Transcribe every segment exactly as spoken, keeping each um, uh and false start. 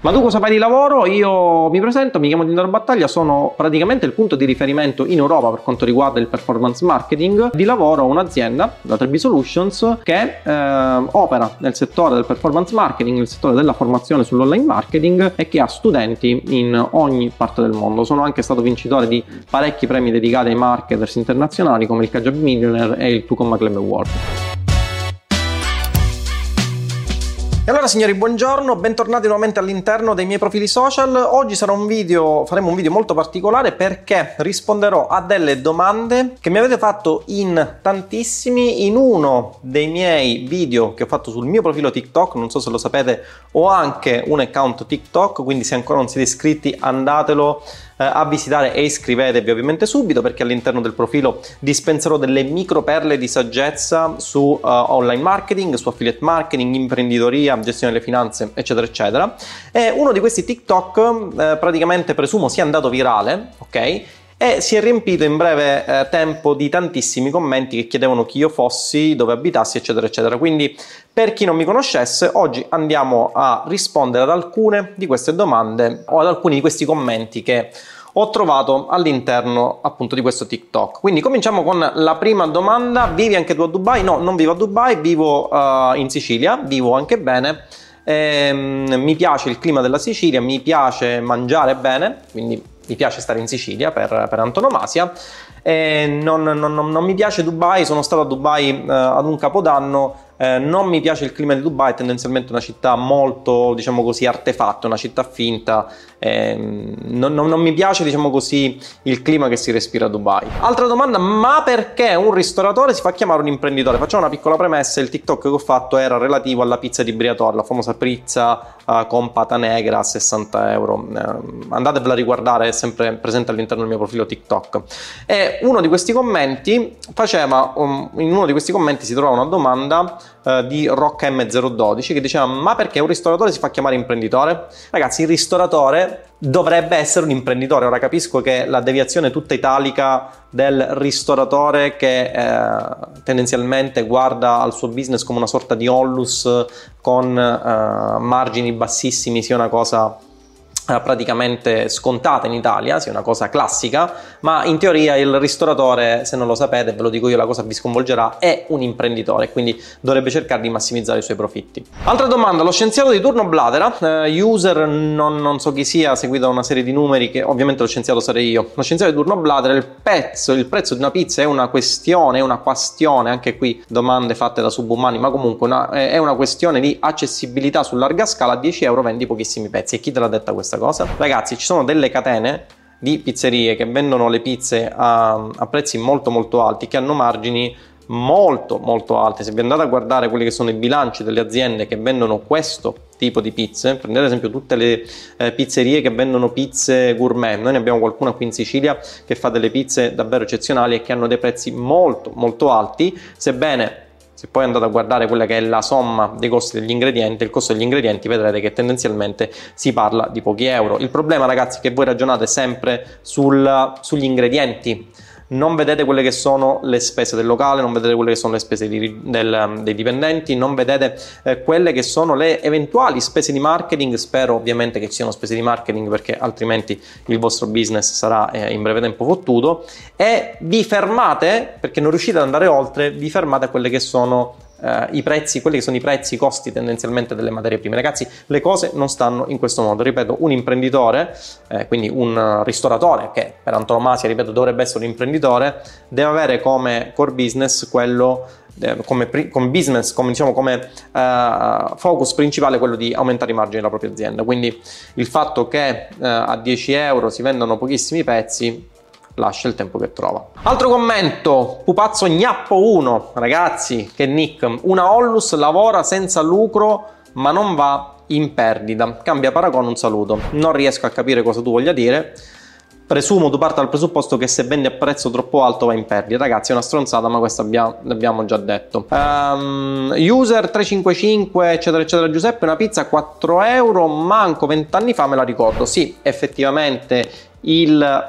Ma tu cosa fai di lavoro? Io mi presento, mi chiamo Tindaro Battaglia, sono praticamente il punto di riferimento in Europa per quanto riguarda il performance marketing. Di lavoro a un'azienda, la tre B Solutions, che eh, opera nel settore del performance marketing, nel settore della formazione sull'online marketing e che ha studenti in ogni parte del mondo. Sono anche stato vincitore di parecchi premi dedicati ai marketers internazionali come il Kajabi Millionaire e il Tucumma Club Award. E allora signori, buongiorno, bentornati nuovamente all'interno dei miei profili social. Oggi sarà un video, faremo un video molto particolare perché risponderò a delle domande che mi avete fatto in tantissimi. In uno dei miei video che ho fatto sul mio profilo TikTok, non so se lo sapete, ho anche un account TikTok, quindi se ancora non siete iscritti andatelo eh, a visitare e iscrivetevi ovviamente subito, perché all'interno del profilo dispenserò delle micro perle di saggezza su uh, online marketing, su affiliate marketing, imprenditoria, gestione delle finanze, eccetera eccetera. E uno di questi TikTok eh, praticamente presumo sia andato virale, ok? E si è riempito in breve eh, tempo di tantissimi commenti che chiedevano chi io fossi, dove abitassi, eccetera eccetera. Quindi per chi non mi conoscesse, oggi andiamo a rispondere ad alcune di queste domande o ad alcuni di questi commenti che ho trovato all'interno appunto di questo TikTok. Quindi cominciamo con la prima domanda. Vivi anche tu a Dubai? No, non vivo a Dubai, vivo uh, in Sicilia, vivo anche bene. Ehm, mi piace il clima della Sicilia, mi piace mangiare bene, quindi mi piace stare in Sicilia per, per antonomasia. E non, non, non, non mi piace Dubai, sono stato a Dubai uh, ad un capodanno. Eh, non mi piace il clima di Dubai, è tendenzialmente una città molto, diciamo così, artefatta, una città finta. Eh, non, non, non mi piace, diciamo così, il clima che si respira a Dubai. Altra domanda: ma perché un ristoratore si fa chiamare un imprenditore? Facciamo una piccola premessa: il TikTok che ho fatto era relativo alla pizza di Briatore, la famosa pizza uh, con pata negra a sessanta euro. Eh, andatevela a riguardare, è sempre presente all'interno del mio profilo TikTok. E uno di questi commenti faceva, um, in uno di questi commenti si trovava una domanda Uh, di Rock M zero uno due che diceva: ma perché un ristoratore si fa chiamare imprenditore? Ragazzi, il ristoratore dovrebbe essere un imprenditore. Ora capisco che la deviazione tutta italica del ristoratore che eh, tendenzialmente guarda al suo business come una sorta di onlus con eh, margini bassissimi sia una cosa praticamente scontata in Italia, sia una cosa classica, ma in teoria il ristoratore, se non lo sapete, ve lo dico io, la cosa vi sconvolgerà, è un imprenditore, quindi dovrebbe cercare di massimizzare i suoi profitti. Altra domanda: lo scienziato di turno Bladera, eh, user non, non so chi sia, seguito da una serie di numeri che ovviamente lo scienziato sarei io. Lo scienziato di turno Bladera, il prezzo, il prezzo di una pizza è una questione, è una questione, anche qui domande fatte da subumani, ma comunque una, è una questione di accessibilità su larga scala. A dieci euro vendi pochissimi pezzi. E chi te l'ha detta questa cosa? Ragazzi, ci sono delle catene di pizzerie che vendono le pizze a, a prezzi molto molto alti, che hanno margini molto molto alti. Se vi andate a guardare quelli che sono i bilanci delle aziende che vendono questo tipo di pizze, prendete ad esempio tutte le eh, pizzerie che vendono pizze gourmet, noi ne abbiamo qualcuna qui in Sicilia che fa delle pizze davvero eccezionali e che hanno dei prezzi molto molto alti, sebbene se poi andate a guardare quella che è la somma dei costi degli ingredienti, il costo degli ingredienti, vedrete che tendenzialmente si parla di pochi euro. Il problema, ragazzi, è che voi ragionate sempre sul, sugli ingredienti, non vedete quelle che sono le spese del locale, non vedete quelle che sono le spese di, del, dei dipendenti, non vedete eh, quelle che sono le eventuali spese di marketing. Spero ovviamente che ci siano spese di marketing, perché altrimenti il vostro business sarà eh, in breve tempo fottuto, e vi fermate, perché non riuscite ad andare oltre, vi fermate a quelle che sono Uh, i prezzi, quelli che sono i prezzi, i costi tendenzialmente delle materie prime. Ragazzi, le cose non stanno in questo modo. Ripeto, un imprenditore, eh, quindi un uh, ristoratore, che per antonomasia, ripeto, dovrebbe essere un imprenditore, deve avere come core business quello, eh, come, come business, come diciamo, come uh, focus principale quello di aumentare i margini della propria azienda. Quindi il fatto che uh, a dieci euro si vendano pochissimi pezzi lascia il tempo che trova. Altro commento: Pupazzo Gnappo uno, ragazzi, che nick, una onlus lavora senza lucro ma non va in perdita. Cambia paragone, un saluto. Non riesco a capire cosa tu voglia dire. Presumo tu parta dal presupposto che se vendi a prezzo troppo alto va in perdita. Ragazzi, è una stronzata, ma questo abbiamo, l'abbiamo già detto. Um, user tre cinque cinque eccetera eccetera Giuseppe, una pizza a quattro euro, manco vent'anni fa me la ricordo. Sì, effettivamente il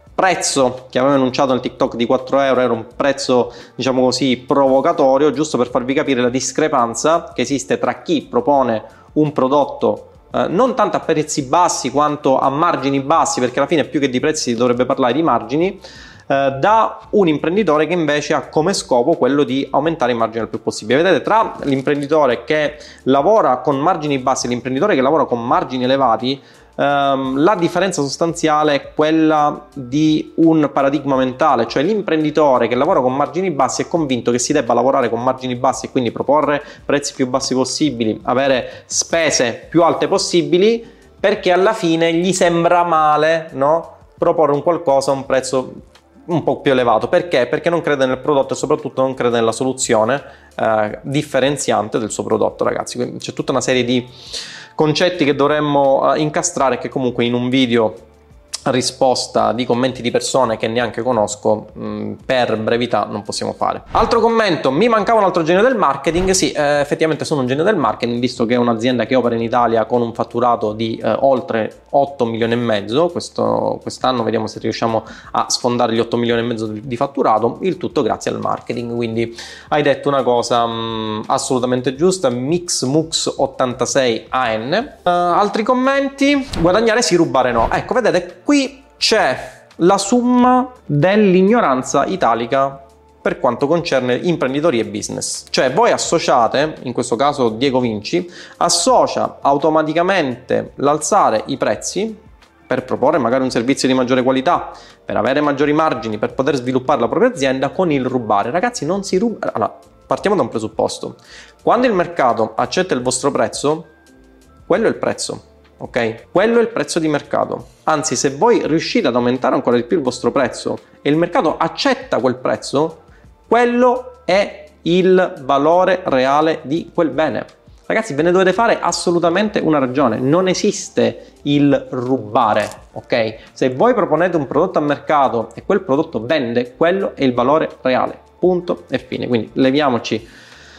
prezzo che avevo enunciato nel TikTok di quattro euro era un prezzo, diciamo così, provocatorio, giusto per farvi capire la discrepanza che esiste tra chi propone un prodotto eh, non tanto a prezzi bassi quanto a margini bassi, perché alla fine più che di prezzi si dovrebbe parlare di margini, eh, da un imprenditore che invece ha come scopo quello di aumentare i margini il più possibile. Vedete, tra l'imprenditore che lavora con margini bassi e l'imprenditore che lavora con margini elevati, Um, la differenza sostanziale è quella di un paradigma mentale, cioè l'imprenditore che lavora con margini bassi è convinto che si debba lavorare con margini bassi e quindi proporre prezzi più bassi possibili, avere spese più alte possibili, perché alla fine gli sembra male, no? Proporre un qualcosa a un prezzo un po' più elevato. Perché? Perché non crede nel prodotto e soprattutto non crede nella soluzione eh, differenziante del suo prodotto, ragazzi. Quindi c'è tutta una serie di concetti che dovremmo uh, incastrare, che comunque in un video a risposta di commenti di persone che neanche conosco mh, per brevità non possiamo fare. Altro commento: mi mancava un altro genio del marketing. Sì, eh, effettivamente sono un genio del marketing, visto che è un'azienda che opera in Italia con un fatturato di eh, oltre otto milioni e mezzo. Questo, quest'anno vediamo se riusciamo a sfondare gli otto milioni e mezzo di fatturato, il tutto grazie al marketing. Quindi hai detto una cosa mh, assolutamente giusta. Mixmux ottantasei A N. Uh, altri commenti: guadagnare sì, rubare no. Ecco, vedete, qui c'è la summa dell'ignoranza italica per quanto concerne imprenditoria e business. Cioè voi associate, in questo caso Diego Vinci, associa automaticamente l'alzare i prezzi per proporre magari un servizio di maggiore qualità, per avere maggiori margini, per poter sviluppare la propria azienda, con il rubare. Ragazzi, non si ruba. Allora, partiamo da un presupposto: quando il mercato accetta il vostro prezzo, quello è il prezzo. Ok? Quello è il prezzo di mercato. Anzi, se voi riuscite ad aumentare ancora di più il vostro prezzo e il mercato accetta quel prezzo, quello è il valore reale di quel bene. Ragazzi, ve ne dovete fare assolutamente una ragione. Non esiste il rubare, ok? Se voi proponete un prodotto al mercato e quel prodotto vende, quello è il valore reale. Punto e fine. Quindi leviamoci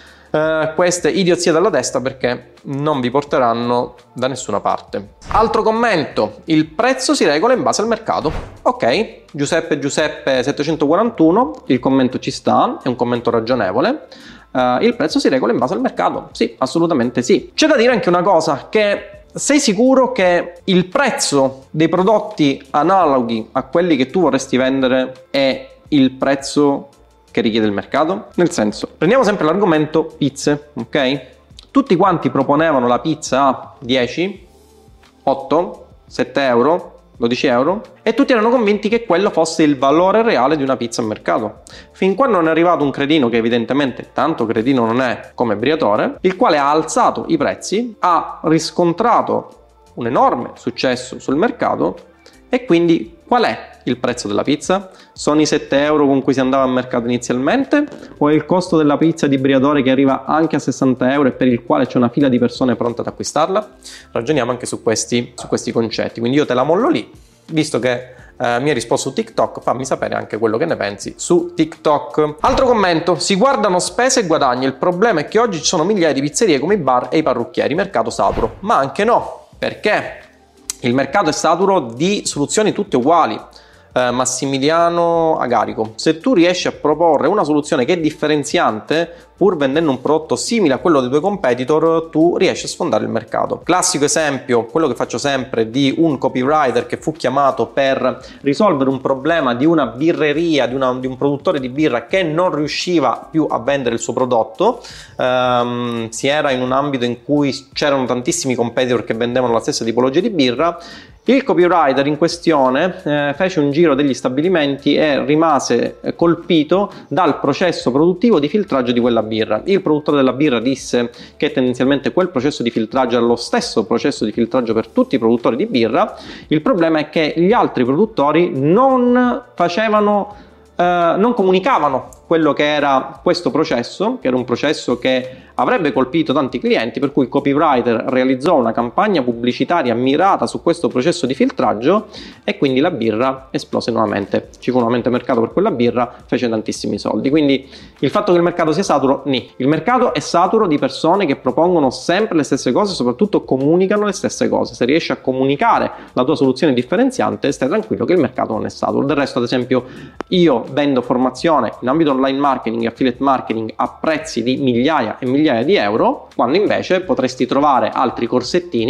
Uh, queste idiozie dalla testa, perché non vi porteranno da nessuna parte. Altro commento: il prezzo si regola in base al mercato. Ok, Giuseppe Giuseppe settecentoquarantuno, il commento ci sta, è un commento ragionevole. Uh, il prezzo si regola in base al mercato. Sì, assolutamente sì. C'è da dire anche una cosa: che sei sicuro che il prezzo dei prodotti analoghi a quelli che tu vorresti vendere è il prezzo che richiede il mercato? Nel senso, prendiamo sempre l'argomento pizze, ok? Tutti quanti proponevano la pizza a dieci, otto, sette euro, dodici euro, e tutti erano convinti che quello fosse il valore reale di una pizza al mercato. Fin quando non è arrivato un cretino, che evidentemente tanto cretino non è come Briatore, il quale ha alzato i prezzi, ha riscontrato un enorme successo sul mercato, e quindi qual è il prezzo della pizza? Sono i sette euro con cui si andava al mercato inizialmente, o è il costo della pizza di Briatore che arriva anche a sessanta euro e per il quale c'è una fila di persone pronte ad acquistarla? Ragioniamo anche su questi, su questi concetti. Quindi io te la mollo lì, visto che eh, mi hai risposto su TikTok, fammi sapere anche quello che ne pensi su TikTok. Altro commento: si guardano spese e guadagni, il problema è che oggi ci sono migliaia di pizzerie come i bar e i parrucchieri, mercato saturo. Ma anche no, perché il mercato è saturo di soluzioni tutte uguali. Eh, Massimiliano Agarico: se tu riesci a proporre una soluzione che è differenziante, pur vendendo un prodotto simile a quello dei tuoi competitor, tu riesci a sfondare il mercato. Classico esempio, quello che faccio sempre, di un copywriter che fu chiamato per risolvere un problema di una birreria, di, una, di un produttore di birra che non riusciva più a vendere il suo prodotto. Um, si era in un ambito in cui c'erano tantissimi competitor che vendevano la stessa tipologia di birra. Il copywriter in questione eh, fece un giro degli stabilimenti e rimase eh, colpito dal processo produttivo di filtraggio di quella birra. Il produttore della birra disse che tendenzialmente quel processo di filtraggio era lo stesso processo di filtraggio per tutti i produttori di birra. Il problema è che gli altri produttori non facevano, eh, non comunicavano quello che era questo processo, che era un processo che avrebbe colpito tanti clienti, per cui il copywriter realizzò una campagna pubblicitaria mirata su questo processo di filtraggio e quindi la birra esplose nuovamente. Ci fu un aumento di mercato per quella birra, fece tantissimi soldi. Quindi il fatto che il mercato sia saturo, nì. Il mercato è saturo di persone che propongono sempre le stesse cose e soprattutto comunicano le stesse cose. Se riesci a comunicare la tua soluzione differenziante, stai tranquillo che il mercato non è saturo. Del resto, ad esempio, io vendo formazione in ambito online marketing e affiliate marketing a prezzi di migliaia e migliaia di euro, quando invece potresti trovare altri corsettini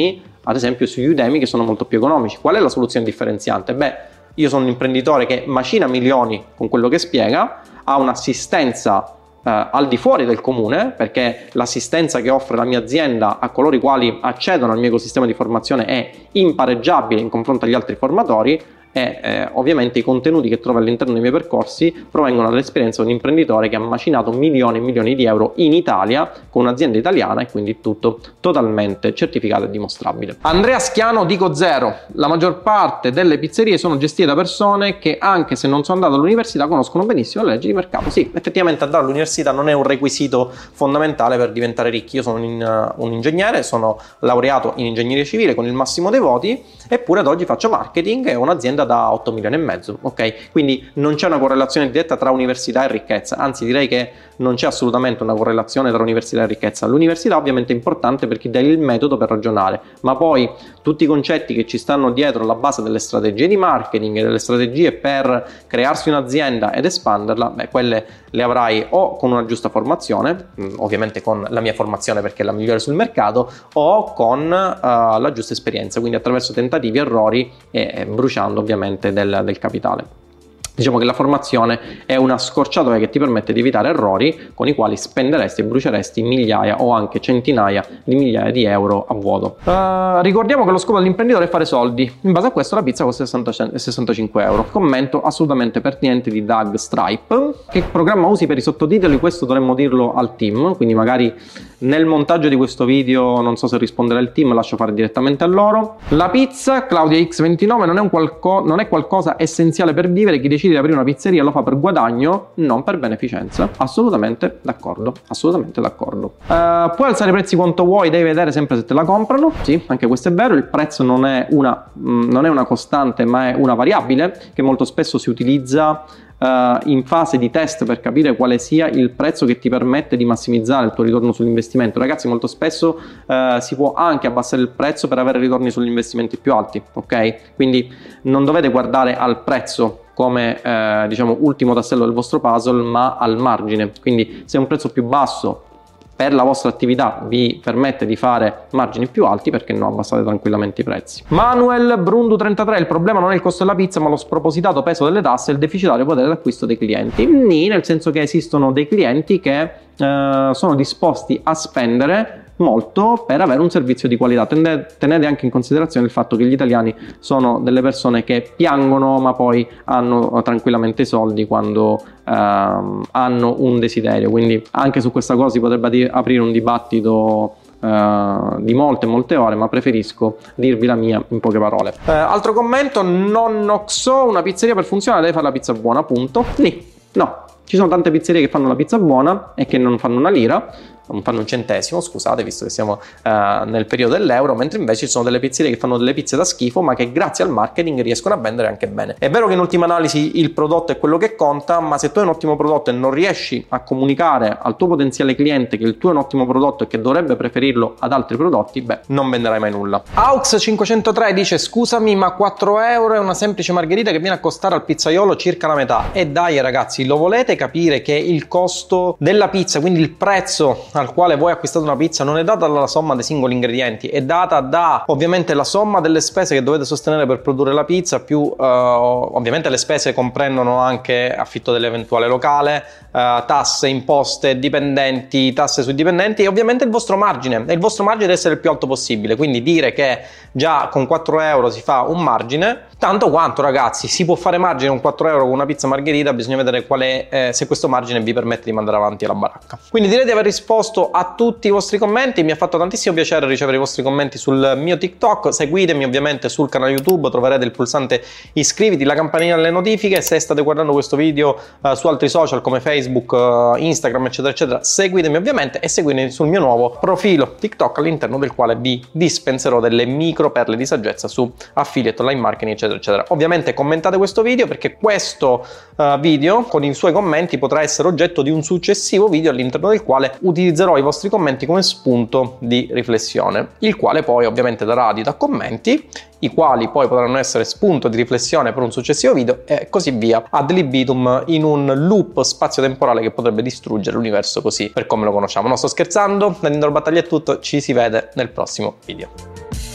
ad esempio su Udemy, che sono molto più economici. Qual è la soluzione differenziante? Beh, io sono un imprenditore che macina milioni con quello che spiega, ha un'assistenza Uh, al di fuori del comune, perché l'assistenza che offre la mia azienda a coloro i quali accedono al mio ecosistema di formazione è impareggiabile in confronto agli altri formatori, e eh, ovviamente i contenuti che trovo all'interno dei miei percorsi provengono dall'esperienza di un imprenditore che ha macinato milioni e milioni di euro in Italia con un'azienda italiana, e quindi tutto totalmente certificato e dimostrabile. Andrea Schiano, dico zero. La maggior parte delle pizzerie sono gestite da persone che, anche se non sono andate all'università, conoscono benissimo le leggi di mercato. Sì, effettivamente andare all'università non è un requisito fondamentale per diventare ricchi. Io sono un, uh, un ingegnere, sono laureato in ingegneria civile con il massimo dei voti, eppure ad oggi faccio marketing e ho un'azienda da otto milioni e mezzo, ok? Quindi non c'è una correlazione diretta tra università e ricchezza, anzi direi che non c'è assolutamente una correlazione tra università e ricchezza. L'università ovviamente è importante perché dà il metodo per ragionare, ma poi tutti i concetti che ci stanno dietro alla base delle strategie di marketing e delle strategie per crearsi un'azienda ed espanderla, beh, quelle le avrai o con una giusta formazione, ovviamente con la mia formazione perché è la migliore sul mercato, o con uh, la giusta esperienza, quindi attraverso tentativi, errori e, e bruciando ovviamente del, del capitale. Diciamo che la formazione è una scorciatoia che ti permette di evitare errori con i quali spenderesti e bruceresti migliaia o anche centinaia di migliaia di euro a vuoto. Uh, ricordiamo che lo scopo dell'imprenditore è fare soldi. In base a questo la pizza costa sessantacinque euro. Commento assolutamente pertinente di Doug Stripe. Che programma usi per i sottotitoli? Questo dovremmo dirlo al team, quindi magari nel montaggio di questo video non so se risponderà il team, lascio fare direttamente a loro. La pizza, Claudia X ventinove, non è, un qualco non è qualcosa essenziale per vivere. Chi decide di aprire una pizzeria lo fa per guadagno, non per beneficenza. Assolutamente d'accordo, assolutamente d'accordo. Uh, puoi alzare i prezzi quanto vuoi, devi vedere sempre se te la comprano. Sì, anche questo è vero. Il prezzo non è una, mh, non è una costante, ma è una variabile che molto spesso si utilizza Uh, in fase di test per capire quale sia il prezzo che ti permette di massimizzare il tuo ritorno sull'investimento. Ragazzi, molto spesso uh, si può anche abbassare il prezzo per avere ritorni sugli investimenti più alti, ok? Quindi non dovete guardare al prezzo come eh, diciamo ultimo tassello del vostro puzzle, ma al margine. Quindi se un prezzo più basso per la vostra attività vi permette di fare margini più alti, perché no, abbassate tranquillamente i prezzi. Manuel Brundu trentatré, il problema non è il costo della pizza ma lo spropositato peso delle tasse e il deficitario potere d'acquisto dei clienti. Nì, nel senso che esistono dei clienti che eh, sono disposti a spendere molto per avere un servizio di qualità. Tenete anche in considerazione il fatto che gli italiani sono delle persone che piangono ma poi hanno tranquillamente i soldi quando ehm, hanno un desiderio, quindi anche su questa cosa si potrebbe aprire un dibattito Uh, di molte molte ore, ma preferisco dirvi la mia in poche parole. Uh, altro commento: non so, una pizzeria per funzionare deve fare la pizza buona, punto. Nì, no, ci sono tante pizzerie che fanno la pizza buona e che non fanno una lira, non fanno un centesimo, scusate, visto che siamo uh, nel periodo dell'euro, mentre invece ci sono delle pizzerie che fanno delle pizze da schifo ma che grazie al marketing riescono a vendere anche bene. È vero che in ultima analisi il prodotto è quello che conta, ma se tu hai un ottimo prodotto e non riesci a comunicare al tuo potenziale cliente che il tuo è un ottimo prodotto e che dovrebbe preferirlo ad altri prodotti, beh, non venderai mai nulla. Aux cinquecentotré dice: scusami, ma quattro euro è una semplice margherita che viene a costare al pizzaiolo circa la metà. E dai ragazzi, lo volete capire che il costo della pizza, quindi il prezzo al quale voi acquistate una pizza, non è data dalla somma dei singoli ingredienti, è data da ovviamente la somma delle spese che dovete sostenere per produrre la pizza, più uh, ovviamente le spese comprendono anche affitto dell'eventuale locale, uh, tasse, imposte, dipendenti, tasse sui dipendenti e ovviamente il vostro margine. E il vostro margine deve essere il più alto possibile, quindi dire che già con quattro euro si fa un margine, tanto quanto ragazzi si può fare margine con quattro euro con una pizza margherita, bisogna vedere qual è, eh, se questo margine vi permette di mandare avanti la baracca. Quindi direi di aver risposto a tutti i vostri commenti, mi ha fatto tantissimo piacere ricevere i vostri commenti sul mio TikTok, seguitemi ovviamente sul canale YouTube, troverete il pulsante iscriviti, la campanella alle notifiche, se state guardando questo video uh, su altri social come Facebook, uh, Instagram eccetera eccetera, seguitemi ovviamente e seguitemi sul mio nuovo profilo TikTok all'interno del quale vi dispenserò delle micro perle di saggezza su affiliate, online marketing eccetera eccetera. Ovviamente commentate questo video perché questo uh, video con i suoi commenti potrà essere oggetto di un successivo video all'interno del quale utilizzerò i vostri commenti come spunto di riflessione, il quale poi ovviamente darà adito a commenti, i quali poi potranno essere spunto di riflessione per un successivo video e così via ad libitum, in un loop spazio-temporale che potrebbe distruggere l'universo così per come lo conosciamo. Non sto scherzando, da Nintendo Battaglia è tutto, ci si vede nel prossimo video.